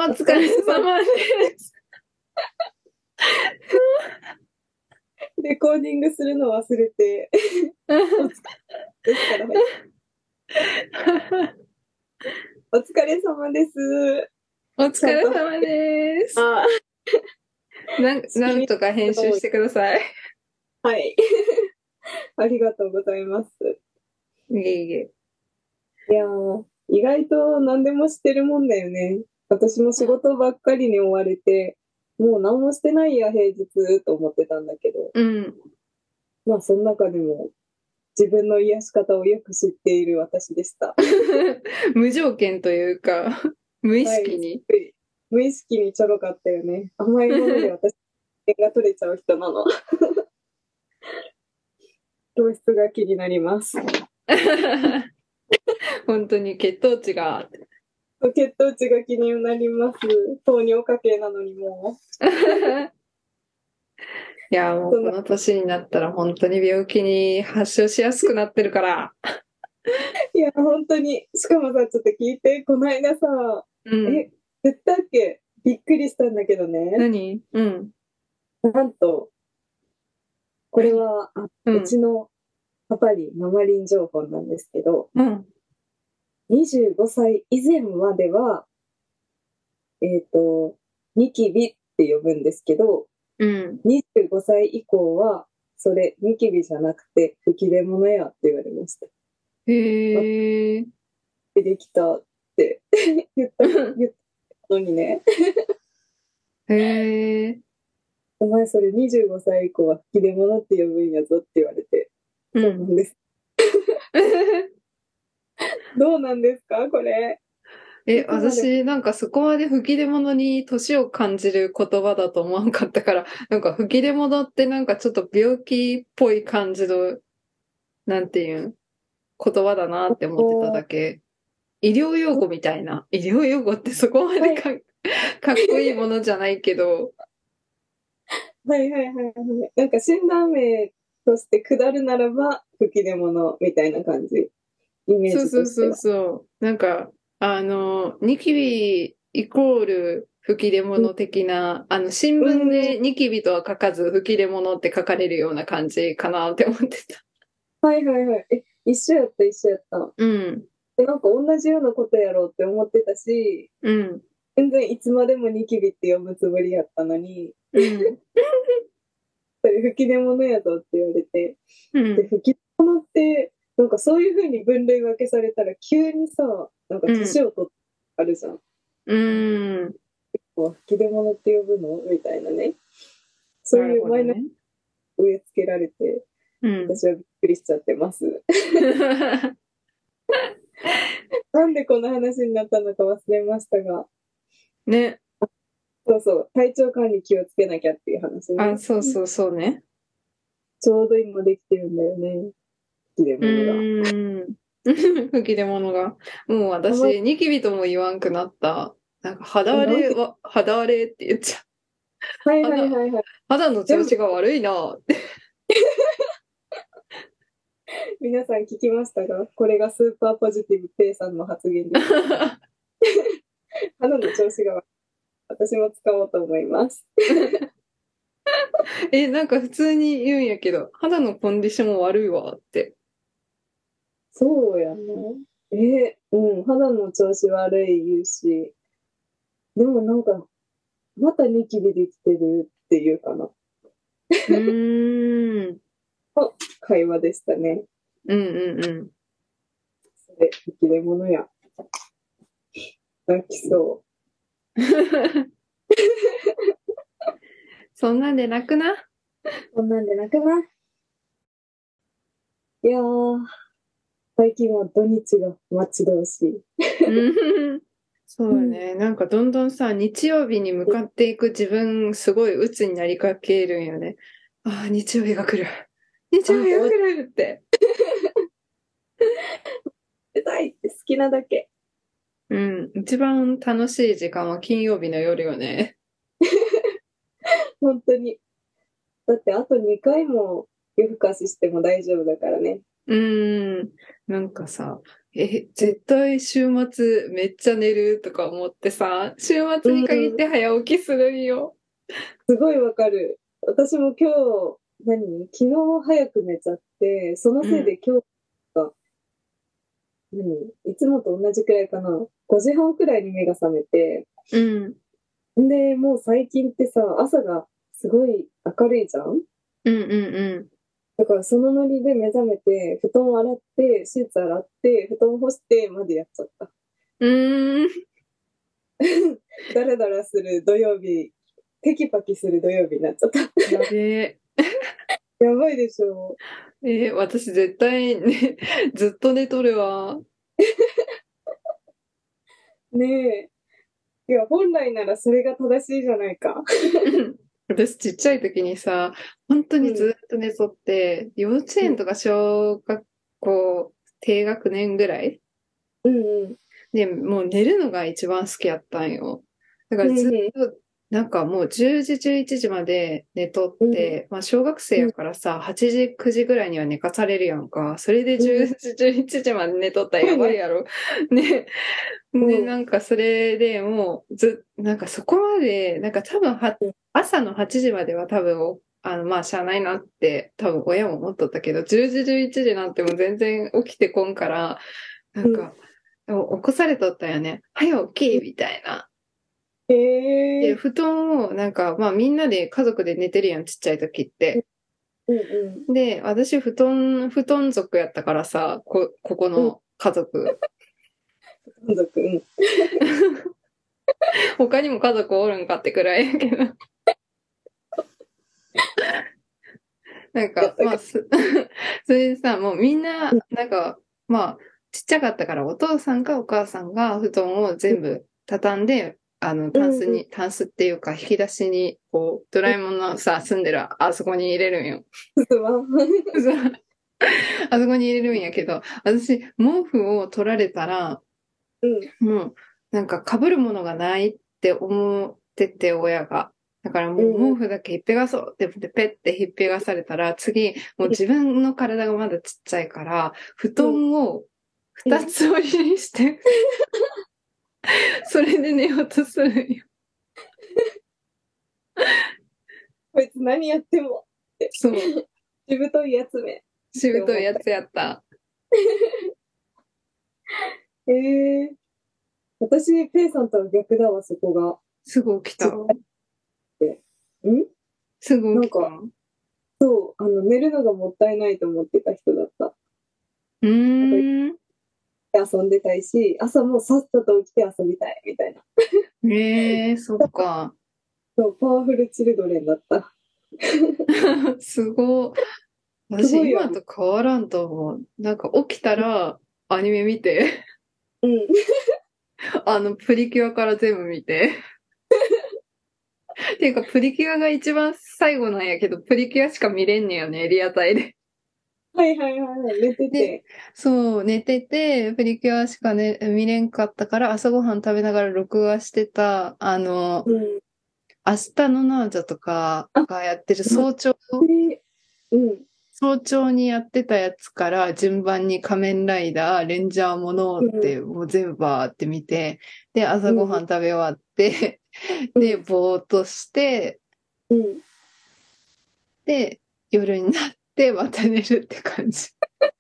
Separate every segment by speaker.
Speaker 1: 疲れ様です。
Speaker 2: レコーディングするの忘れて、お疲れですから、はい。お疲れ様です。
Speaker 1: お疲
Speaker 2: ちゃんと、
Speaker 1: れ様です。
Speaker 2: あ、
Speaker 1: なんとか編集してください。
Speaker 2: はい。ありがとうございます。
Speaker 1: いえいえ。
Speaker 2: いやー、意外と何でもしてるもんだよね。私も仕事ばっかりに追われて、もう何もしてないや、平日と思ってたんだけど、
Speaker 1: うん。
Speaker 2: まあ、その中でも自分の癒し方をよく知っている私でした。
Speaker 1: 無条件というか、無意
Speaker 2: はい、
Speaker 1: 識に。
Speaker 2: 無意識にちょろかったよね。甘いもので私、点が取れちゃう人なの。糖質が気になります。
Speaker 1: 本当に血糖値が。
Speaker 2: 血糖値が気になります。糖尿家系なのにも
Speaker 1: いや、も
Speaker 2: う。
Speaker 1: うこの年になったら本当に病気に発症しやすくなってるから。
Speaker 2: いや、本当に。しかもさ、ちょっと聞いて、この間さ、
Speaker 1: うん。
Speaker 2: 言ったっけびっくりしたんだけどね。
Speaker 1: 何？うん。
Speaker 2: なんと、これは、う
Speaker 1: うん。
Speaker 2: ちのパパリン、ママリン情報なんですけど、
Speaker 1: うん。
Speaker 2: 25歳以前までは、ニキビって呼ぶんですけど、
Speaker 1: うん。
Speaker 2: 25歳以降は、それ、ニキビじゃなくて、吹き出物やって言われました。
Speaker 1: へえ。
Speaker 2: できたって言ったのにね、
Speaker 1: へえ。
Speaker 2: お前それ25歳以降は吹き出物って呼ぶんやぞって言われて、
Speaker 1: うん。
Speaker 2: そうなんです。どうなんですかこれ。いつまで、
Speaker 1: 私、なんかそこまで吹き出物に年を感じる言葉だと思わなかったから、なんか吹き出物ってなんかちょっと病気っぽい感じの、なんていうん言葉だなって思ってただけ。医療用語みたいな。医療用語ってそこまで
Speaker 2: はい、
Speaker 1: かっこいいものじゃないけど。
Speaker 2: はいはいはいはい。なんか診断名として下るならば、吹き出物みたいな感じ。イメー
Speaker 1: そうそうそう
Speaker 2: ジとしては。
Speaker 1: そう。なんか、ニキビイコール吹き出
Speaker 2: うん、
Speaker 1: 物的な、新聞
Speaker 2: うん
Speaker 1: でニキビとは書かず吹き出物って書かれるような感じかなって思ってた。
Speaker 2: はいはいはい。一緒やった、一緒やった。
Speaker 1: うん、
Speaker 2: なんか同じようなことやろうって思ってたし、
Speaker 1: うん、
Speaker 2: 全然いつまでもニキビって呼ぶつもりやったのに、
Speaker 1: うん、
Speaker 2: それ吹き出物やぞって言われて、で、
Speaker 1: うん、
Speaker 2: 吹き出物って、なんかそういう風に分類分けされたら急にさ、なんか
Speaker 1: うん、
Speaker 2: 年を取ってあるじゃん。
Speaker 1: うん。
Speaker 2: こう吹き出物って呼ぶのみたいなね。そう
Speaker 1: なる
Speaker 2: いうマイナス
Speaker 1: ほどね。
Speaker 2: 植え付けられて、
Speaker 1: うん。
Speaker 2: 私はびっくりしちゃってます。なんでこの話になったのか忘れましたが、
Speaker 1: ね。
Speaker 2: そうそう、体調管理気をつけなきゃっていう話
Speaker 1: あ、
Speaker 2: ね。
Speaker 1: そうそうそうね。
Speaker 2: ちょうど今できてるんだよね、吹き出
Speaker 1: う
Speaker 2: 物が。
Speaker 1: ーん。吹き出物が。もう
Speaker 2: あまり、
Speaker 1: 私、ニキビとも言わんくなった。なんか
Speaker 2: なんて、
Speaker 1: 肌荒れって言っちゃう。
Speaker 2: はいはいはいはい。
Speaker 1: 肌の調
Speaker 2: 全部、
Speaker 1: 子が悪いなって。
Speaker 2: 皆さん聞きましたが、これがスーパーポジティブペイさんの発言です。肌の調子が悪い。私も使おうと思います。
Speaker 1: なんか普通に言うんやけど、肌のコンディション悪いわって。
Speaker 2: そうやね。うん、肌の調子悪い言うし、でもなんか、またニキビできてるっていうかな。
Speaker 1: うーん。
Speaker 2: の会話でしたね。
Speaker 1: うんうんうん。
Speaker 2: それ、吹き出物や。泣きそ
Speaker 1: そんなんで泣くな。
Speaker 2: う。こんなんで泣くな。いやー、最近は土日が待ち遠しい。
Speaker 1: うん。そ
Speaker 2: うん。
Speaker 1: うね。なんかどんどんさ、日曜日に向かっていく自分、すごい鬱になりかけるんよね。ああ、日曜日が来る。日曜日が
Speaker 2: 終わっ
Speaker 1: 来るって。
Speaker 2: てたいって好きなだけ。
Speaker 1: うん。一番楽しい時間は金曜日の夜よね。
Speaker 2: 本当に。だってあと2回も夜更かししても大丈夫だからね。
Speaker 1: なんかさ、絶対週末めっちゃ寝るとか思ってさ、週末に限っ
Speaker 2: うん、
Speaker 1: て早起きするんよ。
Speaker 2: すごいわかる。私も今日、昨日早く寝ちゃって、その
Speaker 1: うん、
Speaker 2: せいで今日が、いつもと同じくらいかな。5時半くらいに目が覚めて、
Speaker 1: うん、
Speaker 2: で、もう最近ってさ、朝がすごい明るいじゃん。
Speaker 1: うん、うん、うん。
Speaker 2: だからそのノリで目覚めて、布団洗って、シーツ洗って、布団干してまでやっちゃった。
Speaker 1: うーん、
Speaker 2: だらだらする土曜日、テキパキする土曜日になっちゃった。
Speaker 1: やべえ。
Speaker 2: やばいでしょ。
Speaker 1: 私絶対ね、ずっと寝とるわ。
Speaker 2: ねえ。いや、本来ならそれが正しいじゃないか。
Speaker 1: 私ちっちゃい時にさ、本当に
Speaker 2: うん。
Speaker 1: ずっと寝とって、幼稚
Speaker 2: うん。
Speaker 1: 園とか小学校低学年ぐらい
Speaker 2: うん。
Speaker 1: で、もう寝るのが一番好きやったんよ。だからず
Speaker 2: うん。うん。
Speaker 1: っと、なんかもう10時、11時まで寝とっ
Speaker 2: うん。
Speaker 1: て、まあ小学生
Speaker 2: うん。
Speaker 1: やからさ、8時、9時ぐらいには寝かされるやんか。それで10
Speaker 2: うん。
Speaker 1: 時、11時まで寝とったら
Speaker 2: すごいね。
Speaker 1: やばいやろ。ね。で、
Speaker 2: うん。
Speaker 1: なんかそれでもう、なんかそこまで、なんか多分
Speaker 2: うん。
Speaker 1: 朝の8時までは多分、まあ、しゃあないなって多分親も思っとったけど、10時、11時なんてもう全然起きてこんから、な
Speaker 2: うん。
Speaker 1: んか、起こされとったよね。早起きみたいな。
Speaker 2: へ
Speaker 1: で、
Speaker 2: え。
Speaker 1: 布団を、なんか、まあみんなで家族で寝てるやん、ちっちゃい時っ
Speaker 2: うん。
Speaker 1: て。
Speaker 2: うん。
Speaker 1: で、私、布団族やったからさ、ここ
Speaker 2: うん。
Speaker 1: の家族。
Speaker 2: 満足。うん。
Speaker 1: 他にも家族おるんかってくらいやけど。なんか、
Speaker 2: やったか。
Speaker 1: それでさ、もうみんな、なんか、まあ、ちっちゃかったから、お父さんかお母さんが布団を全部畳んで、
Speaker 2: うん。うん。
Speaker 1: タンスっていうか、引き出しに、こう、ドラえもんのさ、住んでるあそこに入れるんよ。
Speaker 2: 進まん。
Speaker 1: そうあそこに入れるんやけど、私、毛布を取られたら、
Speaker 2: うん。
Speaker 1: もう、なんか被るものがないって思ってて、親が。だからも
Speaker 2: うん。うん。
Speaker 1: う毛布だけひっぺがそうってペッてひっぺがされたら、次、もう自分の体がまだちっちゃいから、布
Speaker 2: うん。
Speaker 1: 団を
Speaker 2: うん。
Speaker 1: 二つ折りにして、それで寝ようとするんよ。
Speaker 2: こいつ何やってもって。
Speaker 1: そう。
Speaker 2: しぶといやつめっ
Speaker 1: しぶとい
Speaker 2: て思った。
Speaker 1: やつやった。
Speaker 2: へえ。私、ペイさんとは逆だわ、そこが。
Speaker 1: すぐ起きた。
Speaker 2: ちっちゃくて。
Speaker 1: すぐ
Speaker 2: なんか、
Speaker 1: 起きた。
Speaker 2: 寝るのがもったいないと思ってた人だった。
Speaker 1: う
Speaker 2: なんか、
Speaker 1: ーん。
Speaker 2: 遊んでたいし、朝もさっさと起きて遊びたい、みたいな。
Speaker 1: そっか。
Speaker 2: そう、パワフルチルドレンだった。
Speaker 1: すごい。私、
Speaker 2: すごいよね。
Speaker 1: 今と変わらんと思う。なんか起きたら、アニメ見て、
Speaker 2: うん。
Speaker 1: プリキュアから全部見て。っていうか、プリキュアが一番最後なんやけど、プリキュアしか見れんねやね、リアタイで。
Speaker 2: はいはいはいはい、寝て
Speaker 1: で、
Speaker 2: て。
Speaker 1: そう、寝てて、プリキュアしかね、見れんかったから、朝ごはん食べながら録画してた、
Speaker 2: うん。
Speaker 1: 明日のナージャとか
Speaker 2: あ、
Speaker 1: がやってる
Speaker 2: 待って。うん。
Speaker 1: 早朝にやってたやつから順番に仮面ライダー、レンジャーもの
Speaker 2: うん。
Speaker 1: ってもう全部バーって見て、で、
Speaker 2: うん。
Speaker 1: 朝ごはん食べ終わって、で、
Speaker 2: うん。
Speaker 1: ぼーっとして、
Speaker 2: うん。
Speaker 1: で、夜になってまた寝るって感じ。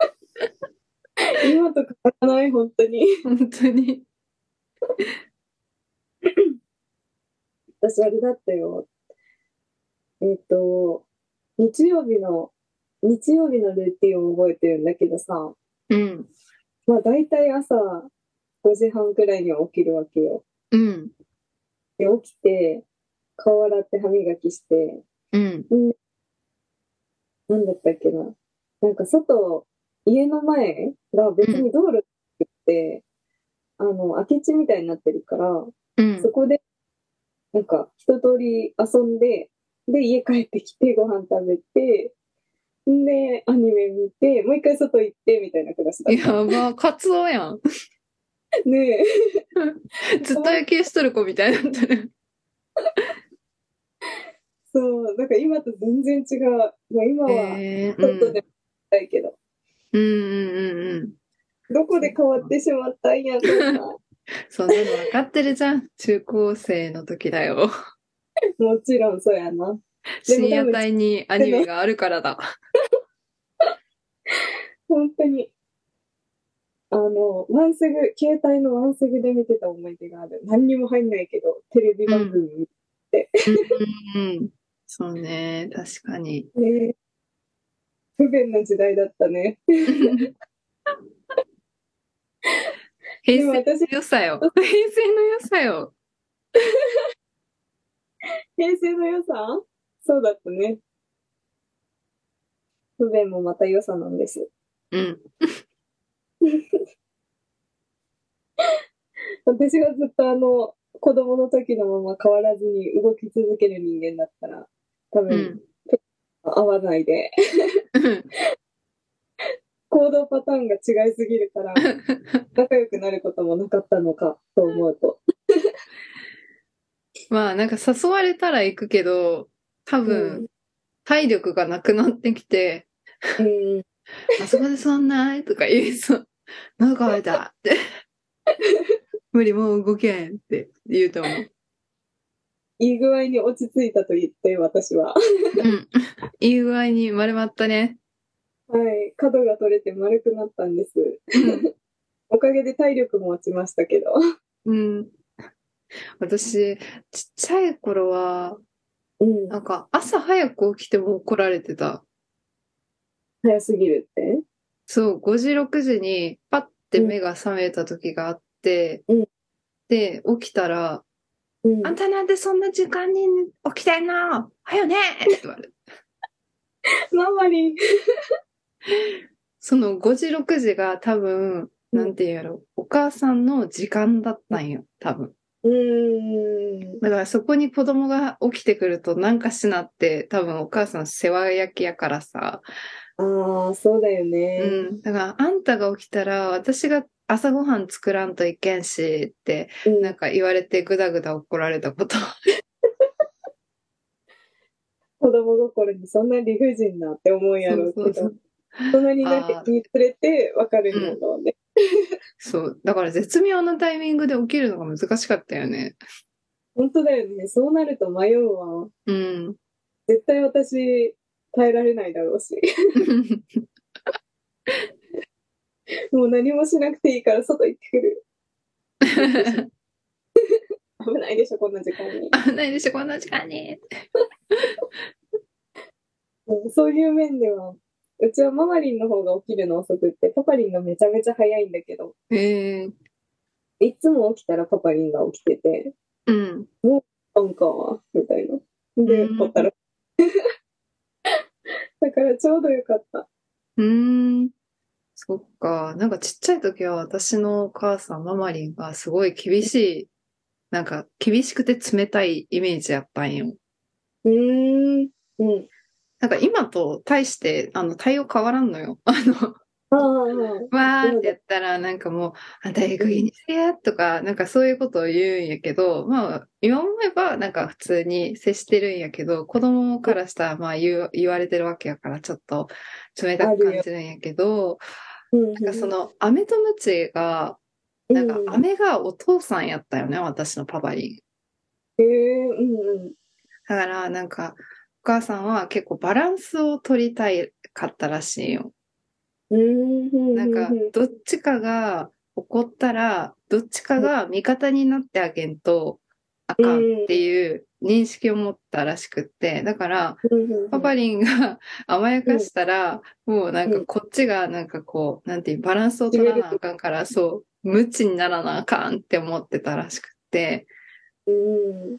Speaker 2: 今と変わらない、本当に。
Speaker 1: 本当に。
Speaker 2: 私、あれだったよ。えっと、日曜日の、日曜日のルーティンを覚えてるんだけどさ、
Speaker 1: うん、
Speaker 2: まあ大体朝5時半くらいには起きるわけよ。
Speaker 1: うん、
Speaker 2: で、起きて、顔洗って歯磨きして、
Speaker 1: うん、
Speaker 2: んなんだったっけな。なんか家の前が
Speaker 1: うん、
Speaker 2: 別に道路で、空き地みたいになってるから、
Speaker 1: うん。
Speaker 2: そこで、なんか、一通り遊んで、で、家帰ってきて、ご飯食べて、で、アニメ見て、もう一回外行って、みたいな暮らしだった。
Speaker 1: やば、カツオやん。
Speaker 2: ねえ、
Speaker 1: ずっと野球しとる子みたいになってる。
Speaker 2: そう、だから今と全然違う。もう今は、
Speaker 1: うん。
Speaker 2: 外でも行きたいけど。
Speaker 1: うんうんうん。
Speaker 2: どこで変わってしまったんやとか。
Speaker 1: そんなの分かってるじゃん。中高生の時だよ。
Speaker 2: もちろんそうやな。でも
Speaker 1: 深夜
Speaker 2: 多分、
Speaker 1: 帯にアニメがあるからだ。
Speaker 2: 本当に、ワンセグ、携帯のワンセグで見てた思い出がある。何にも入んないけど、テレビ
Speaker 1: うん。
Speaker 2: 番組見て。
Speaker 1: うんうんうん。そうね。確かに。
Speaker 2: ね、不便な時代だったね。
Speaker 1: 平成
Speaker 2: でも私、
Speaker 1: の良さよ。平成の良さよ。
Speaker 2: 平成の良さそうだったね。不便もまた良さなんです。
Speaker 1: うん。
Speaker 2: 私がずっと子供の時のまま変わらずに動き続ける人間だったら、多分、
Speaker 1: うん。
Speaker 2: 合わないで、行動パターンが違いすぎるから、仲良くなることもなかったのかと思うと。
Speaker 1: まあ、なんか誘われたら行くけど、多
Speaker 2: う
Speaker 1: 分、
Speaker 2: ん。
Speaker 1: 体力がなくなってきて、
Speaker 2: うん。
Speaker 1: あそこで座んないとか言いそう。喉乾いたって。無理、もう動けんって言うと思う。
Speaker 2: いい具合に落ち着いたと言って、私は。
Speaker 1: うん。いい具合に丸まったね。
Speaker 2: はい。角が取れて丸くなったんです。
Speaker 1: うん。
Speaker 2: おかげで体力も落ちましたけど。
Speaker 1: うん。私、ちっちゃい頃は、
Speaker 2: うん。
Speaker 1: なんか朝早く起きても怒られてた。
Speaker 2: 早すぎるって。
Speaker 1: そう、5時、6時にパッて
Speaker 2: うん。
Speaker 1: 目が覚めた時があって、
Speaker 2: うん。
Speaker 1: で、起きたら、
Speaker 2: うん。
Speaker 1: あんたなんでそんな時間に起きてんのはよねって言われる。
Speaker 2: ママに。
Speaker 1: その5時、6時が多分、
Speaker 2: うん。
Speaker 1: なんて言うんやろ、お母さんの時間だったんよ、多分。
Speaker 2: うーん。
Speaker 1: だからそこに子供が起きてくるとなんかしなって多分お母さん世話焼きやからさ。
Speaker 2: ああ、そうだよね。
Speaker 1: うん。だからあんたが起きたら私が朝ごはん作らんといけんしって
Speaker 2: うん。
Speaker 1: なんか言われてぐだぐだ怒られたこと。
Speaker 2: 子供心にそんな理不尽なって思うんや
Speaker 1: そう
Speaker 2: ろうけど、
Speaker 1: そうそう。
Speaker 2: 大人になる
Speaker 1: ああ、
Speaker 2: につれてわかるんや
Speaker 1: うん。
Speaker 2: ろうね。
Speaker 1: そう。だから絶妙なタイミングで起きるのが難しかったよね。
Speaker 2: 本当だよね。そうなると迷うわ。
Speaker 1: うん。
Speaker 2: 絶対私、耐えられないだろうし。もう何もしなくていいから外行ってくる。言ってしまう。危ないでしょ、こんな時間に。
Speaker 1: 危ないでしょ、こんな時間に。
Speaker 2: そういう面では、うちはママリンの方が起きるの遅くって、パパリンがめちゃめちゃ早いんだけど、
Speaker 1: ええ、
Speaker 2: いつも起きたらパパリンが起きてて、
Speaker 1: うん。
Speaker 2: もう、あんかは、みたいな。で、おっ
Speaker 1: うん。
Speaker 2: たら、だからちょうどよかった。
Speaker 1: うん。そっか。なんかちっちゃい時は私のお母さん、ママリンがすごい厳しい、なんか厳しくて冷たいイメージやったんよ。
Speaker 2: うーん、うん。
Speaker 1: なんか今と対して、対応変わらんのよ。
Speaker 2: ああ、
Speaker 1: わーってや
Speaker 2: 今だ、
Speaker 1: ったら、なんかもう、あんたいい加減
Speaker 2: うん、
Speaker 1: にせやとか、なんかそういうことを言うんやけど、まあ、今思えばなんか普通に接してるんやけど、子供
Speaker 2: うん、
Speaker 1: からしたらまあ言われてるわけやから、ちょっと冷たく
Speaker 2: あるよ。
Speaker 1: 感じるんやけど、
Speaker 2: うん、
Speaker 1: なんかそ
Speaker 2: うん、
Speaker 1: の、飴とムチが、
Speaker 2: う
Speaker 1: なんか、
Speaker 2: ん。
Speaker 1: 飴がお父さんやったよね、私のパパリン。
Speaker 2: へえ、うん、うん。
Speaker 1: だから、なんか、お母さんは結構バランスを取りたいかったらしいよ。
Speaker 2: うーん、ふん
Speaker 1: なんか、
Speaker 2: ふんふん。
Speaker 1: どっちかが怒ったら、どっちかが味方になってあげんとあ
Speaker 2: う
Speaker 1: かんっ
Speaker 2: ん、
Speaker 1: ていう認識を持ったらしくって、だから、
Speaker 2: ふんふんふん。
Speaker 1: パパリンが甘や
Speaker 2: うん、
Speaker 1: かしたら、もうなん
Speaker 2: うん。
Speaker 1: かこっちがなんかこう、なんていう、バランスを取らなあ
Speaker 2: 決めると。
Speaker 1: かんから、そう、無知にならなあかんって思ってたらしくって、
Speaker 2: うん、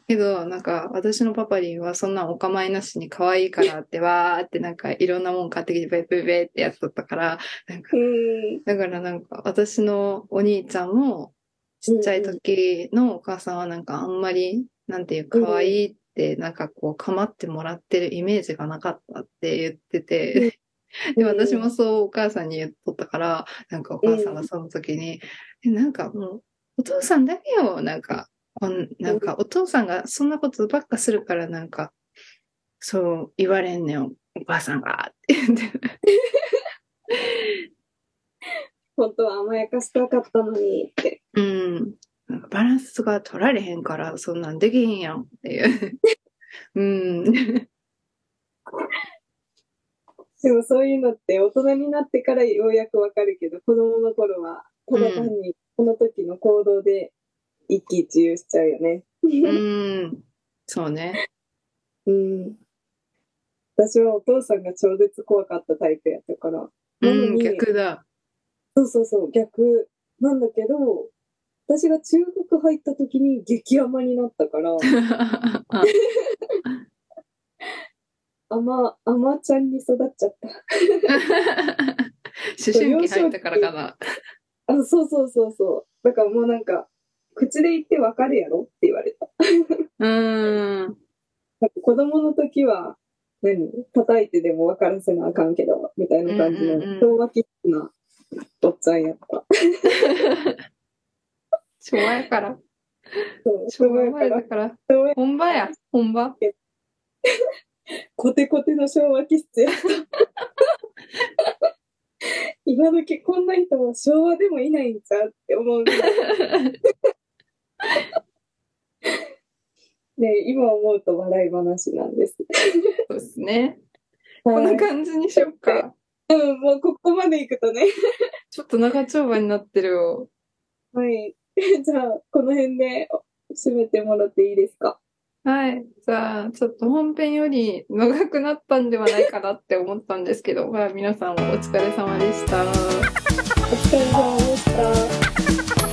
Speaker 1: けど、なんか、私のパパリンはそんなお構いなしに可愛いからって、わーってなんかいろんなもん買ってきて、ベッベッベーってやつだったから、なんか、
Speaker 2: うん、
Speaker 1: だからなんか、私のお兄ちゃんも、ち
Speaker 2: うん、
Speaker 1: っちゃい
Speaker 2: うん、
Speaker 1: 時のお母さんはなんかあんまり、なんていう、
Speaker 2: うん、
Speaker 1: 可愛いって、なんかこう、構ってもらってるイメージがなかったって言って
Speaker 2: うん、
Speaker 1: て、
Speaker 2: う
Speaker 1: で、私
Speaker 2: ん、
Speaker 1: もそうお母さんに言っとったから、なんかお
Speaker 2: うん、
Speaker 1: 母さんがその時に、なんかもう、お父さんだけよ、なんか、なんかお父さんがそんなことばっかするからなんか、そう言われんねん、お母さんが、って言って。
Speaker 2: 本当は甘やかしたかったのにって。
Speaker 1: うん。なんかバランスが取られへんから、そんなんできへんやんっていう。うん。
Speaker 2: でもそういうのって大人になってからようやくわかるけど、子供の頃はただ単にこの時の行動で一喜一憂しちゃうよね。
Speaker 1: そうね。
Speaker 2: うん。私はお父さんが超絶怖かったタイプやったから。なのに、
Speaker 1: 逆だ。
Speaker 2: そうそうそう、逆なんだけど、私が中学入った時に激甘になったから、甘ちゃんに育っちゃった。
Speaker 1: 思春期入ったからかな。
Speaker 2: あ、そうそうそうそう。だからもうなんか、口で言ってわかるやろって言われた。なんか子供の時は、叩いてでも分からせなあかんけど、みたいな感じの、昭和気質なおっちゃんやった。
Speaker 1: 昭和やから。
Speaker 2: 昭和やから。
Speaker 1: 本場や、本場。
Speaker 2: コテコテの昭和気質やった。今時こんな人も昭和でもいないんちゃうって思うぐらい。ね、今思うと笑い話なんです。
Speaker 1: そうですね。こんな感じにしよっか。
Speaker 2: もうここまで行くとね。
Speaker 1: ちょっと長丁場になってるよ。
Speaker 2: はい。じゃあ、この辺で締めてもらっていいですか。
Speaker 1: はい。じゃあ、ちょっと本編より長くなったんではないかなって思ったんですけど、まあ皆さんお疲れ様でした。
Speaker 2: お疲れ様でした。